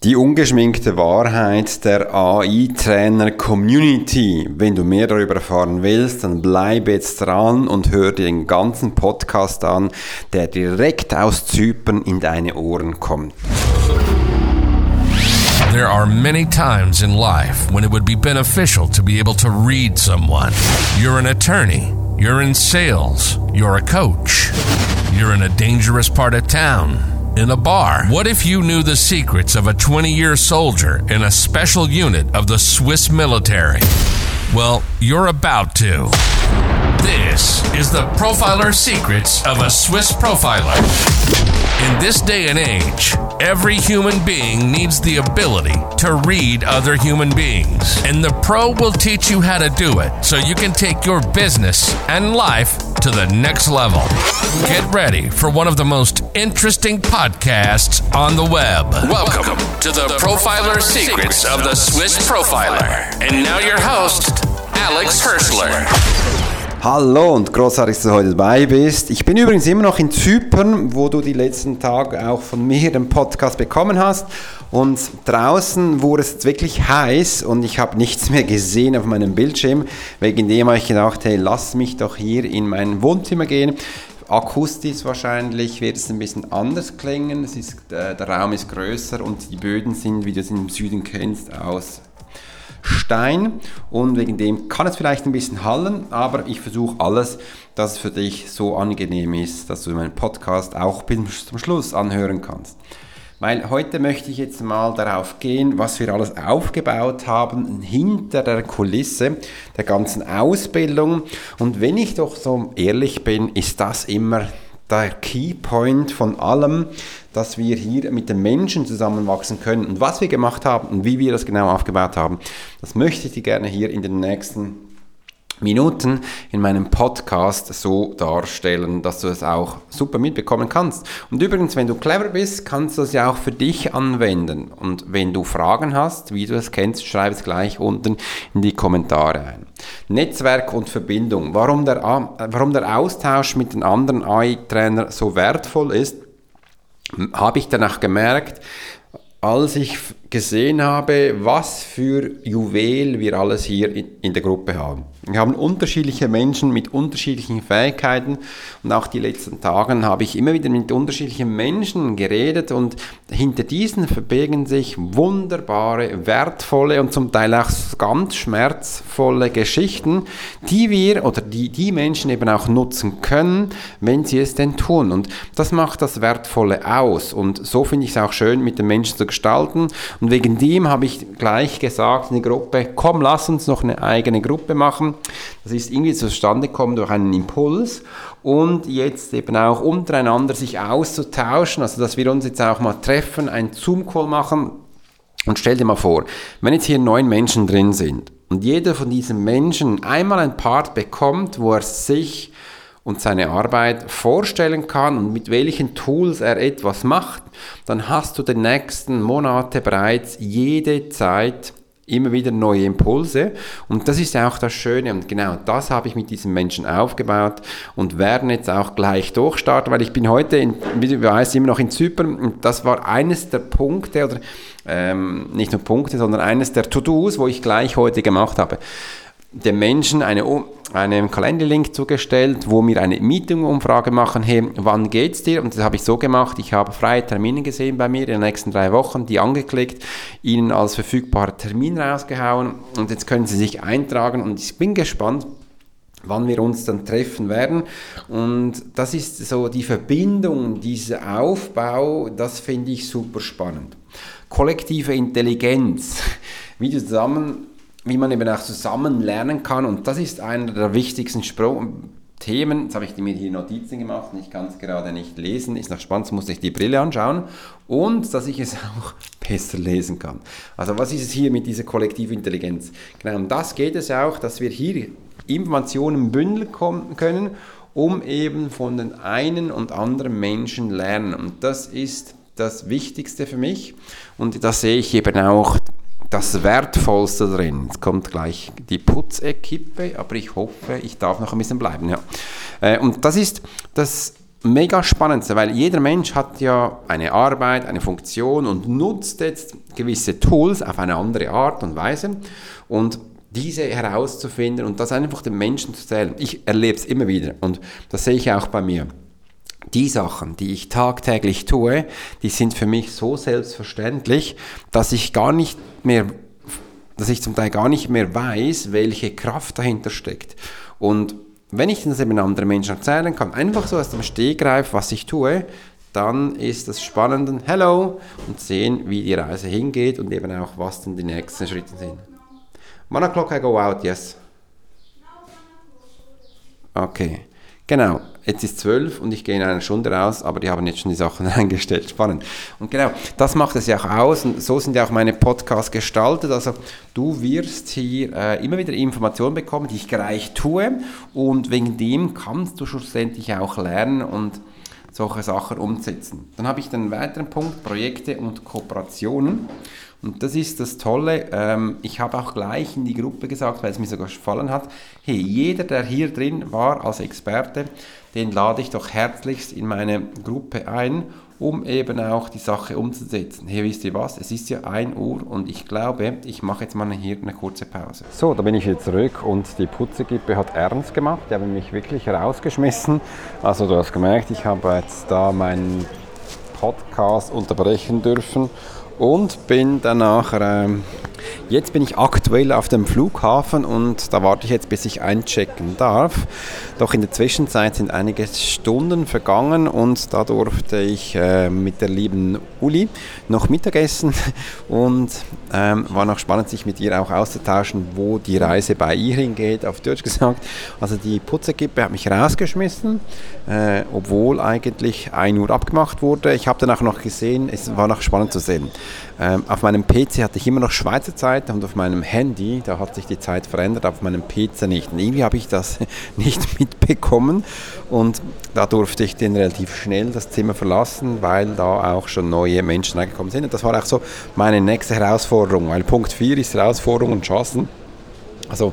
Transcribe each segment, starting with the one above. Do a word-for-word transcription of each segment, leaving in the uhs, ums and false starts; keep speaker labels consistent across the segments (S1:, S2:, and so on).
S1: Die ungeschminkte Wahrheit der A I-Trainer-Community. Wenn du mehr darüber erfahren willst, dann bleib jetzt dran und hör dir den ganzen Podcast an, der direkt aus Zypern in deine Ohren kommt.
S2: There are many times in life when it would be beneficial to be able to read someone. You're an attorney. You're in sales. You're a coach. You're in a dangerous part of town. In a bar. What if you knew the secrets of a twenty-year soldier in a special unit of the Swiss military? Well, you're about to. This is the Profiler Secrets of a Swiss Profiler. In this day and age, every human being needs the ability to read other human beings. And the Pro will teach you how to do it so you can take your business and life to the next level. Get ready for one of the most interesting podcasts on the web. Welcome to the Profiler Secrets of the Swiss Profiler. And now your host, Alex Hirschler.
S1: Hallo und großartig, dass du heute dabei bist. Ich bin übrigens immer noch in Zypern, wo du die letzten Tage auch von mir den Podcast bekommen hast. Und draußen wurde es wirklich heiß und ich habe nichts mehr gesehen auf meinem Bildschirm. Wegen dem habe ich gedacht, hey, lass mich doch hier in mein Wohnzimmer gehen. Akustisch wahrscheinlich wird es ein bisschen anders klingen. Es ist, äh, der Raum ist größer und die Böden sind, wie du es im Süden kennst, aus Stein, und wegen dem kann es vielleicht ein bisschen hallen, aber ich versuche alles, dass es für dich so angenehm ist, dass du meinen Podcast auch bis zum Schluss anhören kannst. Weil heute möchte ich jetzt mal darauf gehen, was wir alles aufgebaut haben hinter der Kulisse der ganzen Ausbildung, und wenn ich doch so ehrlich bin, ist das immer der Keypoint von allem, dass wir hier mit den Menschen zusammenwachsen können. Und was wir gemacht haben und wie wir das genau aufgebaut haben, das möchte ich dir gerne hier in den nächsten Minuten in meinem Podcast so darstellen, dass du es auch super mitbekommen kannst. Und übrigens, wenn du clever bist, kannst du es ja auch für dich anwenden. Und wenn du Fragen hast, wie du es kennst, schreib es gleich unten in die Kommentare ein. Netzwerk und Verbindung. Warum der, warum der Austausch mit den anderen A I-Trainern so wertvoll ist, habe ich danach gemerkt, als ich gesehen habe, was für Juwel wir alles hier in, in der Gruppe haben. Wir haben unterschiedliche Menschen mit unterschiedlichen Fähigkeiten, und auch die letzten Tage habe ich immer wieder mit unterschiedlichen Menschen geredet, und hinter diesen verbergen sich wunderbare, wertvolle und zum Teil auch ganz schmerzvolle Geschichten, die wir oder die die Menschen eben auch nutzen können, wenn sie es denn tun. Und das macht das Wertvolle aus, und so finde ich es auch schön, mit den Menschen zu gestalten. Und wegen dem habe ich gleich gesagt in die Gruppe, komm, lass uns noch eine eigene Gruppe machen. Das ist irgendwie zustande gekommen durch einen Impuls, und jetzt eben auch untereinander sich auszutauschen, also dass wir uns jetzt auch mal treffen, einen Zoom-Call machen. Und stell dir mal vor, wenn jetzt hier neun Menschen drin sind und jeder von diesen Menschen einmal ein Part bekommt, wo er sich und seine Arbeit vorstellen kann und mit welchen Tools er etwas macht, dann hast du die nächsten Monate bereits jede Zeit immer wieder neue Impulse, und das ist ja auch das Schöne, und genau das habe ich mit diesen Menschen aufgebaut und werden jetzt auch gleich durchstarten, weil ich bin heute, in, wie du weißt, immer noch in Zypern, und das war eines der Punkte, oder ähm, nicht nur Punkte, sondern eines der To-Dos, wo ich gleich heute gemacht habe. Dem Menschen eine, einen Kalenderlink zugestellt, wo wir eine Meeting-Umfrage machen, hey, wann geht's dir? Und das habe ich so gemacht, ich habe freie Termine gesehen bei mir in den nächsten drei Wochen, die angeklickt, ihnen als verfügbaren Termin rausgehauen, und jetzt können sie sich eintragen, und ich bin gespannt, wann wir uns dann treffen werden. Und das ist so die Verbindung, dieser Aufbau, das finde ich super spannend. Kollektive Intelligenz, wie du zusammen wie man eben auch zusammen lernen kann, und das ist einer der wichtigsten Spro- Themen. Jetzt habe ich mir hier Notizen gemacht und ich kann es gerade nicht lesen, ist noch spannend, muss ich die Brille anschauen, und dass ich es auch besser lesen kann. Also was ist es hier mit dieser kollektiven Intelligenz? Genau, um das geht es auch, dass wir hier Informationen bündeln können, um eben von den einen und anderen Menschen lernen, und das ist das Wichtigste für mich, und das sehe ich eben auch das Wertvollste drin. Jetzt kommt gleich die Putzequipe, aber ich hoffe, ich darf noch ein bisschen bleiben. Ja. Und das ist das mega spannend, weil jeder Mensch hat ja eine Arbeit, eine Funktion und nutzt jetzt gewisse Tools auf eine andere Art und Weise und diese herauszufinden und das einfach den Menschen zu erzählen. Ich erlebe es immer wieder und das sehe ich auch bei mir. Die Sachen, die ich tagtäglich tue, die sind für mich so selbstverständlich, dass ich gar nicht mehr, dass ich zum Teil gar nicht mehr weiß, welche Kraft dahinter steckt. Und wenn ich das eben anderen Menschen erzählen kann, einfach so aus dem Stegreif, was ich tue, dann ist das spannend und hello und sehen, wie die Reise hingeht und eben auch, was dann die nächsten Schritte sind. One o'clock I go out, yes. Okay, genau. Jetzt ist zwölf und ich gehe in einer Stunde raus, aber die haben jetzt schon die Sachen reingestellt. Spannend. Und genau, das macht es ja auch aus und so sind ja auch meine Podcasts gestaltet. Also du wirst hier äh, immer wieder Informationen bekommen, die ich gleich tue und wegen dem kannst du schlussendlich auch lernen und solche Sachen umsetzen. Dann habe ich den weiteren Punkt, Projekte und Kooperationen. Und das ist das Tolle, ähm, ich habe auch gleich in die Gruppe gesagt, weil es mir sogar gefallen hat, hey, jeder, der hier drin war als Experte, den lade ich doch herzlichst in meine Gruppe ein, um eben auch die Sache umzusetzen. Hey, wisst ihr was, es ist ja ein Uhr und ich glaube, ich mache jetzt mal hier eine kurze Pause. So, da bin ich wieder zurück und die Putzegruppe hat ernst gemacht, die haben mich wirklich rausgeschmissen. Also du hast gemerkt, ich habe jetzt da meinen Podcast unterbrechen dürfen. Und bin dann nachher, ähm, jetzt bin ich aktuell auf dem Flughafen und da warte ich jetzt, bis ich einchecken darf. Doch in der Zwischenzeit sind einige Stunden vergangen und da durfte ich äh, mit der lieben Uli noch Mittagessen und ähm, war noch spannend, sich mit ihr auch auszutauschen, wo die Reise bei ihr hingeht, auf Deutsch gesagt. Also die Putzerkippe hat mich rausgeschmissen, äh, obwohl eigentlich ein Uhr abgemacht wurde. Ich habe dann auch noch gesehen, es war noch spannend zu sehen. Ähm, auf meinem P C hatte ich immer noch Schweizer Zeit und auf meinem Handy, da hat sich die Zeit verändert, auf meinem P C nicht. Und irgendwie habe ich das nicht mitbekommen und da durfte ich dann relativ schnell das Zimmer verlassen, weil da auch schon neue Menschen reingekommen sind. Und das war auch so meine nächste Herausforderung, weil Punkt vier ist Herausforderung und Chancen. Also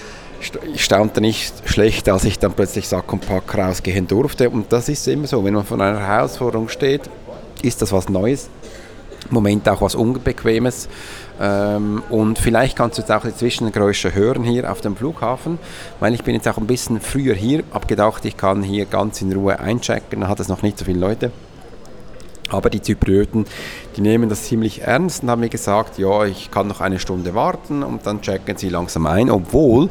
S1: ich staunte nicht schlecht, als ich dann plötzlich Sack und Pack rausgehen durfte. Und das ist immer so, wenn man vor einer Herausforderung steht, ist das was Neues. Im Moment auch was Unbequemes ähm, und vielleicht kannst du jetzt auch die Zwischengeräusche hören hier auf dem Flughafen, weil ich bin jetzt auch ein bisschen früher hier, habe gedacht, ich kann hier ganz in Ruhe einchecken, da hat es noch nicht so viele Leute, aber die Zyprioten, die nehmen das ziemlich ernst und haben mir gesagt, ja, ich kann noch eine Stunde warten und dann checken sie langsam ein, obwohl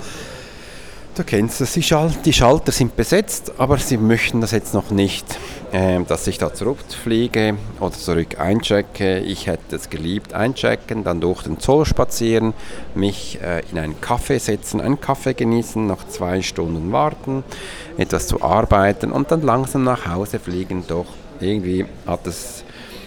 S1: du kennst es, die, Schal- die Schalter sind besetzt, aber sie möchten das jetzt noch nicht, äh, dass ich da zurückfliege oder zurück einchecke. Ich hätte es geliebt, einchecken, dann durch den Zoll spazieren, mich äh, in einen Café setzen, einen Kaffee genießen, noch zwei Stunden warten, etwas zu arbeiten und dann langsam nach Hause fliegen. Doch irgendwie hat es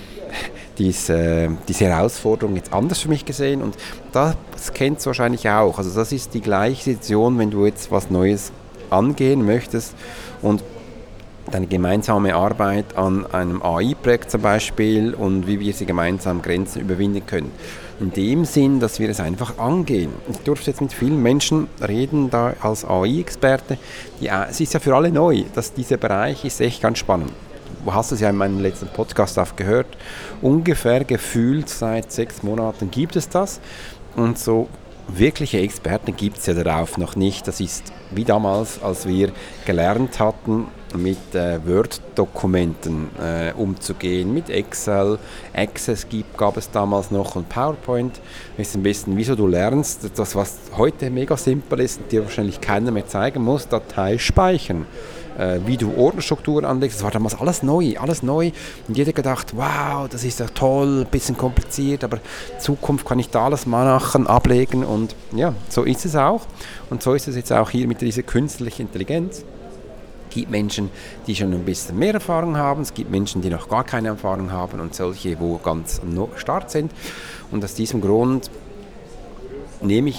S1: Diese, diese Herausforderung jetzt anders für mich gesehen und das kennst du wahrscheinlich auch. Also das ist die gleiche Situation, wenn du jetzt was Neues angehen möchtest und deine gemeinsame Arbeit an einem A I-Projekt zum Beispiel und wie wir sie gemeinsam Grenzen überwinden können. In dem Sinn, dass wir es einfach angehen. Ich durfte jetzt mit vielen Menschen reden, da als A I-Experte. Die, es ist ja für alle neu, dass dieser Bereich ist echt ganz spannend. Du hast es ja in meinem letzten Podcast auch gehört, ungefähr gefühlt seit sechs Monaten gibt es das und so wirkliche Experten gibt es ja darauf noch nicht. Das ist wie damals, als wir gelernt hatten, mit äh, Word-Dokumenten äh, umzugehen, mit Excel, Access gibt, gab es damals noch und PowerPoint. Das ist ein bisschen, wieso du lernst, das was heute mega simpel ist und dir wahrscheinlich keiner mehr zeigen muss, Datei speichern. Wie du Ordnerstrukturen anlegst, das war damals alles neu, alles neu und jeder gedacht, wow, das ist ja toll, ein bisschen kompliziert, aber in Zukunft kann ich da alles machen, ablegen und ja, so ist es auch und so ist es jetzt auch hier mit dieser künstlichen Intelligenz. Es gibt Menschen, die schon ein bisschen mehr Erfahrung haben, es gibt Menschen, die noch gar keine Erfahrung haben und solche, wo ganz am Start sind und aus diesem Grund nehme ich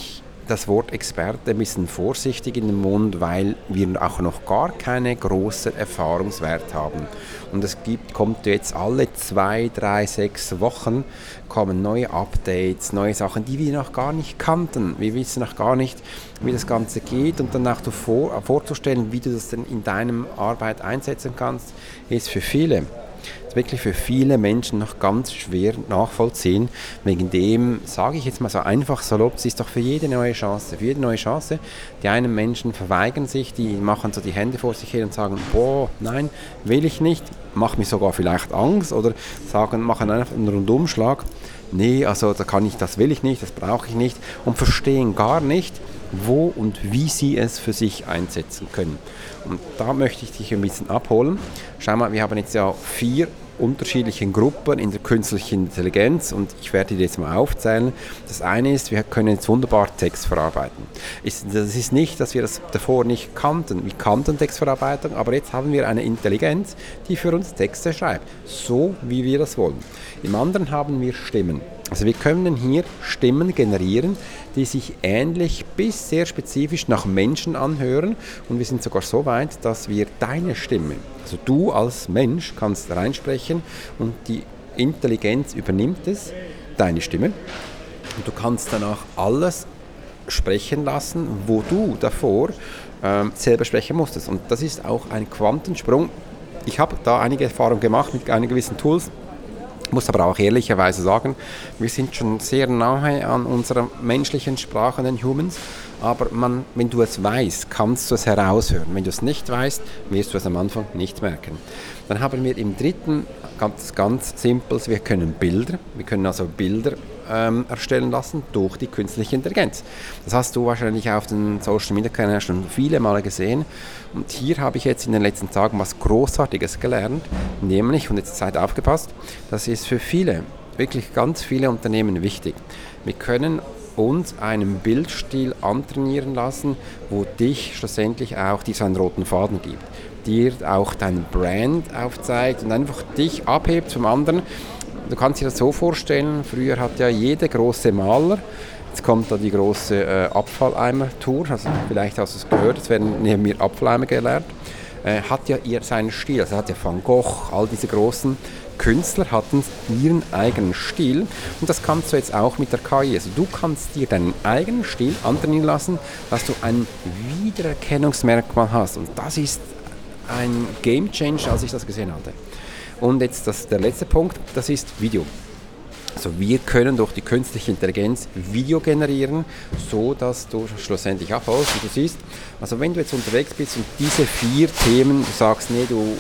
S1: das Wort Experte ein bisschen vorsichtig in den Mund, weil wir auch noch gar keine großen Erfahrungswert haben. Und es gibt, kommt jetzt alle zwei, drei, sechs Wochen kommen neue Updates, neue Sachen, die wir noch gar nicht kannten. Wir wissen noch gar nicht, wie das Ganze geht, und dann auch vor, vorzustellen, wie du das denn in deiner Arbeit einsetzen kannst, ist für viele, ist wirklich für viele Menschen noch ganz schwer nachvollziehen. Wegen dem sage ich jetzt mal so einfach salopp, es ist doch für jede neue Chance, für jede neue Chance. Die einen Menschen verweigern sich, die machen so die Hände vor sich her und sagen, boah, nein, will ich nicht, macht mir sogar vielleicht Angst, oder sagen, machen einfach einen Rundumschlag, nee, also da kann ich, das will ich nicht, das brauche ich nicht, und verstehen gar nicht, wo und wie sie es für sich einsetzen können. Und da möchte ich dich ein bisschen abholen. Schau mal, wir haben jetzt ja vier unterschiedliche Gruppen in der künstlichen Intelligenz, und ich werde dir jetzt mal aufzählen. Das eine ist, wir können jetzt wunderbar Text verarbeiten. Das ist nicht, dass wir das davor nicht kannten. Wir kannten Textverarbeitung, aber jetzt haben wir eine Intelligenz, die für uns Texte schreibt, so wie wir das wollen. Im anderen haben wir Stimmen. Also wir können hier Stimmen generieren, die sich ähnlich bis sehr spezifisch nach Menschen anhören, und wir sind sogar so weit, dass wir deine Stimme, also du als Mensch, kannst reinsprechen und die Intelligenz übernimmt es, deine Stimme, und du kannst danach alles sprechen lassen, wo du davor ähm, selber sprechen musstest, und das ist auch ein Quantensprung. Ich habe da einige Erfahrungen gemacht mit einigen gewissen Tools. Ich muss aber auch ehrlicherweise sagen, wir sind schon sehr nahe an unserer menschlichen Sprache, den Humans, aber man, wenn du es weißt, kannst du es heraushören. Wenn du es nicht weißt, wirst du es am Anfang nicht merken. Dann haben wir im dritten ganz, ganz simples, wir können Bilder, wir können also Bilder ähm, erstellen lassen durch die künstliche Intelligenz. Das hast du wahrscheinlich auf den Social Media Kanälen schon viele Male gesehen. Und hier habe ich jetzt in den letzten Tagen was Großartiges gelernt, nämlich, und jetzt seid aufgepasst, das ist für viele, wirklich ganz viele Unternehmen wichtig. Wir können uns einen Bildstil antrainieren lassen, wo dich schlussendlich auch dieser einen roten Faden gibt, dir auch dein Brand aufzeigt und einfach dich abhebt vom anderen. Du kannst dir das so vorstellen, früher hat ja jeder große Maler, jetzt kommt da die große äh, Abfalleimer-Tour, also vielleicht hast du es gehört, es werden neben mir Abfalleimer gelernt, äh, hat ja ihr seinen Stil, also hat ja Van Gogh, all diese großen Künstler hatten ihren eigenen Stil, und das kannst du jetzt auch mit der K I. Also du kannst dir deinen eigenen Stil antrainieren lassen, dass du ein Wiedererkennungsmerkmal hast, und das ist ein Game Changer, als ich das gesehen hatte. Und jetzt das, der letzte Punkt, das ist Video. Also wir können durch die künstliche Intelligenz Video generieren, so dass du schlussendlich abholst. Und du siehst, also wenn du jetzt unterwegs bist und diese vier Themen, du sagst, nee, du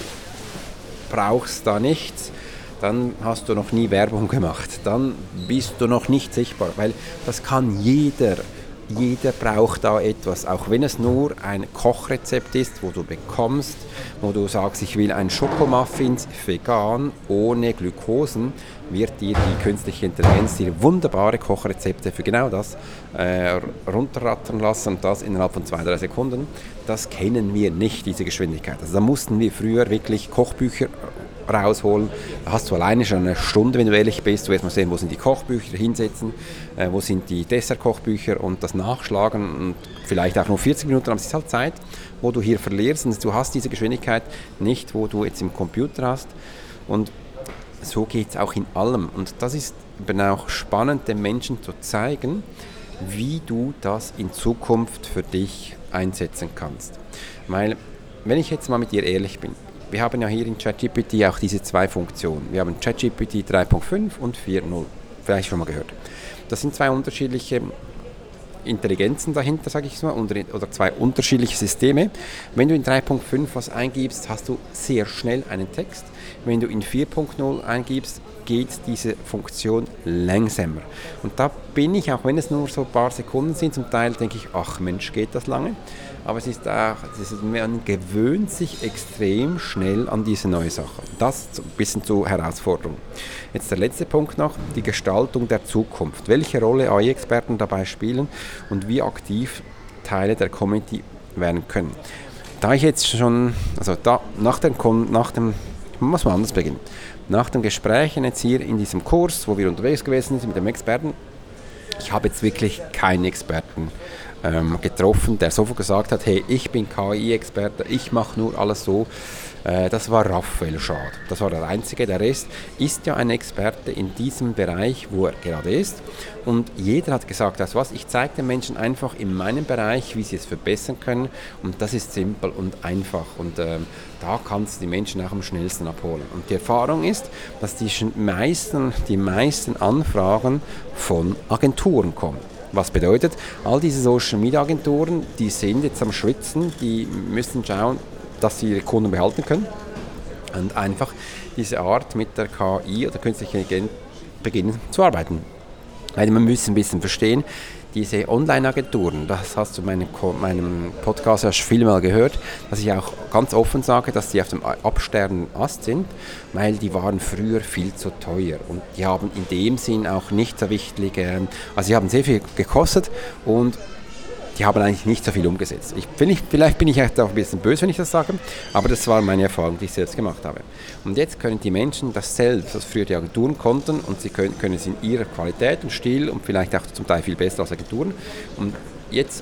S1: brauchst da nichts, dann hast du noch nie Werbung gemacht. Dann bist du noch nicht sichtbar, weil das kann jeder. Jeder braucht da etwas, auch wenn es nur ein Kochrezept ist, wo du bekommst, wo du sagst, ich will ein Schokomuffins vegan, ohne Glukosen, wird dir die künstliche Intelligenz dir wunderbare Kochrezepte für genau das äh, runterrattern lassen, und das innerhalb von zwei, drei Sekunden. Das kennen wir nicht, diese Geschwindigkeit. Also da mussten wir früher wirklich Kochbücher rausholen. Da hast du alleine schon eine Stunde, wenn du ehrlich bist. Du wirst mal sehen, wo sind die Kochbücher, hinsetzen, äh, wo sind die Dessert-Kochbücher, und das nachschlagen, und vielleicht auch nur vierzig Minuten, aber es ist halt Zeit, wo du hier verlierst, und du hast diese Geschwindigkeit nicht, wo du jetzt im Computer hast, und so geht es auch in allem, und das ist eben auch spannend, den Menschen zu zeigen, wie du das in Zukunft für dich einsetzen kannst. Weil, wenn ich jetzt mal mit dir ehrlich bin, wir haben ja hier in ChatGPT auch diese zwei Funktionen. Wir haben ChatGPT drei Punkt fünf und vier Punkt null. Vielleicht schon mal gehört. Das sind zwei unterschiedliche Intelligenzen dahinter, sage ich mal, oder zwei unterschiedliche Systeme. Wenn du in drei Punkt fünf was eingibst, hast du sehr schnell einen Text. Wenn du in vier Punkt null eingibst, geht diese Funktion langsamer. Und da bin ich, auch wenn es nur so ein paar Sekunden sind, zum Teil denke ich, ach Mensch, geht das lange? Aber es ist auch, es ist, man gewöhnt sich extrem schnell an diese neue Sache. Das ein bisschen zur Herausforderung. Jetzt der letzte Punkt noch, die Gestaltung der Zukunft. Welche Rolle A I-Experten dabei spielen und wie aktiv Teile der Community werden können. Da ich jetzt schon, also da, nach dem, nach dem, muss man anders beginnen. Nach den Gesprächen jetzt hier in diesem Kurs, wo wir unterwegs gewesen sind mit dem Experten, Ich habe jetzt wirklich keinen Experten ähm, getroffen, der sofort gesagt hat, hey, ich bin K I-Experte, ich mache nur alles so. Äh, das war Raphael Schad. Das war der Einzige. Der Rest ist ja ein Experte in diesem Bereich, wo er gerade ist. Und jeder hat gesagt, das was, ich zeige den Menschen einfach in meinem Bereich, wie sie es verbessern können. Und das ist simpel und einfach. Und ähm, da kannst du die Menschen auch am schnellsten abholen. Und die Erfahrung ist, dass die meisten, die meisten Anfragen von Agenturen kommen. Was bedeutet, all diese Social-Media-Agenturen, die sind jetzt am Schwitzen, die müssen schauen, dass sie ihre Kunden behalten können und einfach diese Art mit der K I oder künstlicher Intelligenz beginnen zu arbeiten. Weil man muss ein bisschen verstehen, diese Online-Agenturen, das hast du in meinem, meinem Podcast ja schon viel mal gehört, dass ich auch ganz offen sage, dass die auf dem absterbenden Ast sind, weil die waren früher viel zu teuer und die haben in dem Sinn auch nicht so wichtige, also sie haben sehr viel gekostet und die haben eigentlich nicht so viel umgesetzt. Ich, ich, vielleicht bin ich auch ein bisschen böse, wenn ich das sage, aber das war meine Erfahrung, die ich selbst gemacht habe. Und jetzt können die Menschen das selbst, was früher die Agenturen konnten, und sie können, können es in ihrer Qualität und Stil und vielleicht auch zum Teil viel besser als Agenturen. Und jetzt,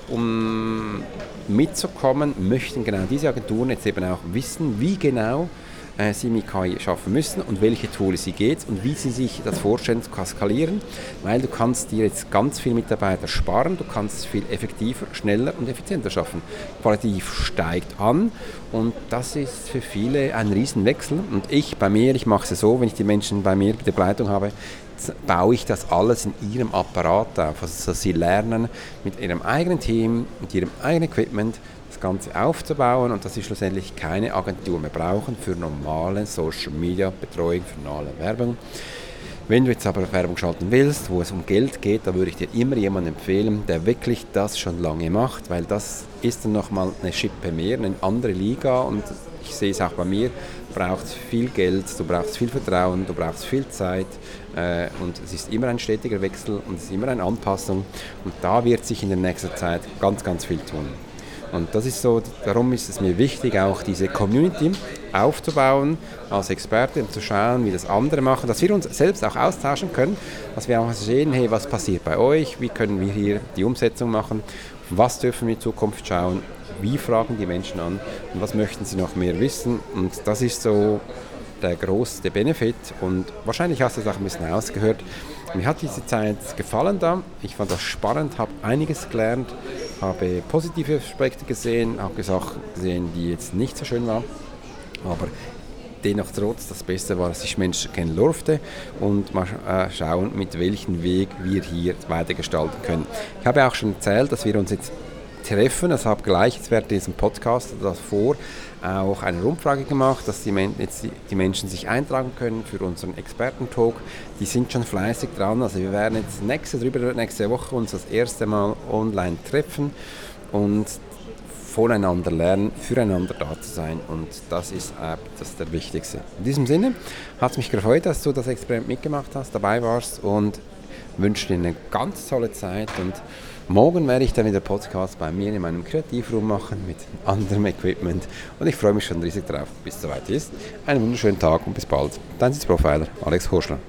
S1: um mitzukommen, möchten genau diese Agenturen jetzt eben auch wissen, wie genau äh, sie mit K I schaffen müssen und welche Tools sie geht und wie sie sich das vorstellen zu skalieren, weil du kannst dir jetzt ganz viele Mitarbeiter sparen, du kannst viel effektiver, schneller und effizienter schaffen. Qualitativ steigt an und das ist für viele ein Riesenwechsel. Und ich bei mir, ich mache es so, wenn ich die Menschen bei mir in der Begleitung habe, baue ich das alles in ihrem Apparat auf, also dass sie lernen, mit ihrem eigenen Team, mit ihrem eigenen Equipment das Ganze aufzubauen und dass sie schlussendlich keine Agentur mehr brauchen für normale Social Media Betreuung, für normale Werbung. Wenn du jetzt aber Werbung schalten willst, wo es um Geld geht, da würde ich dir immer jemanden empfehlen, der wirklich das schon lange macht, weil das ist dann nochmal eine Schippe mehr, eine andere Liga und ich sehe es auch bei mir, du brauchst viel Geld, du brauchst viel Vertrauen, du brauchst viel Zeit äh, und es ist immer ein stetiger Wechsel und es ist immer eine Anpassung und da wird sich in der nächsten Zeit ganz, ganz viel tun. Und das ist so, darum ist es mir wichtig, auch diese Community aufzubauen, als Experte, um zu schauen, wie das andere machen, dass wir uns selbst auch austauschen können, dass wir auch sehen, hey, was passiert bei euch, wie können wir hier die Umsetzung machen, was dürfen wir in Zukunft schauen, wie fragen die Menschen an und was möchten sie noch mehr wissen. Und das ist so der größte Benefit und wahrscheinlich hast du es auch ein bisschen ausgehört. Mir hat diese Zeit gefallen da, ich fand das spannend, habe einiges gelernt, habe positive Aspekte gesehen, habe Sachen gesehen, die jetzt nicht so schön waren, aber dennoch trotz das Beste war, dass ich Menschen kennen durfte und mal äh, schauen, mit welchem Weg wir hier weitergestalten können. Ich habe auch schon erzählt, dass wir uns jetzt treffen, das habe gleich jetzt während diesem Podcast davor auch eine Umfrage gemacht, dass die, Men- jetzt die, die Menschen sich eintragen können für unseren Experten-Talk. Die sind schon fleißig dran, also wir werden jetzt nächste, drüber, nächste Woche uns das erste Mal online treffen und voneinander lernen, füreinander da zu sein und das ist äh, das ist der Wichtigste. In diesem Sinne hat es mich gefreut, dass du das Experiment mitgemacht hast, dabei warst und wünsche dir eine ganz tolle Zeit und morgen werde ich dann wieder Podcast bei mir in meinem Kreativraum machen mit anderem Equipment und ich freue mich schon riesig drauf, bis es soweit ist. Einen wunderschönen Tag und bis bald. Dein Profiler, Alex Horschler.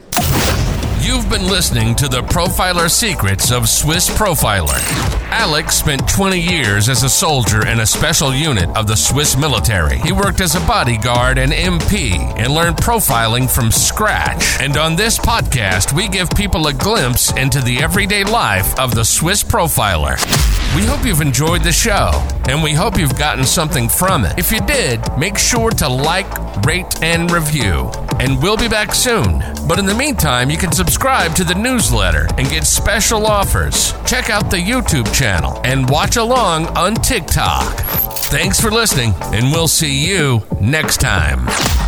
S2: You've been listening to the Profiler Secrets of Swiss Profiler. Alex spent twenty years as a soldier in a special unit of the Swiss military. He worked as a bodyguard and M P and learned profiling from scratch. And on this podcast, we give people a glimpse into the everyday life of the Swiss Profiler. We hope you've enjoyed the show, and we hope you've gotten something from it. If you did, make sure to like, rate, and review. And we'll be back soon. But in the meantime, you can subscribe to the newsletter and get special offers. Check out the YouTube channel and watch along on TikTok. Thanks for listening, and we'll see you next time.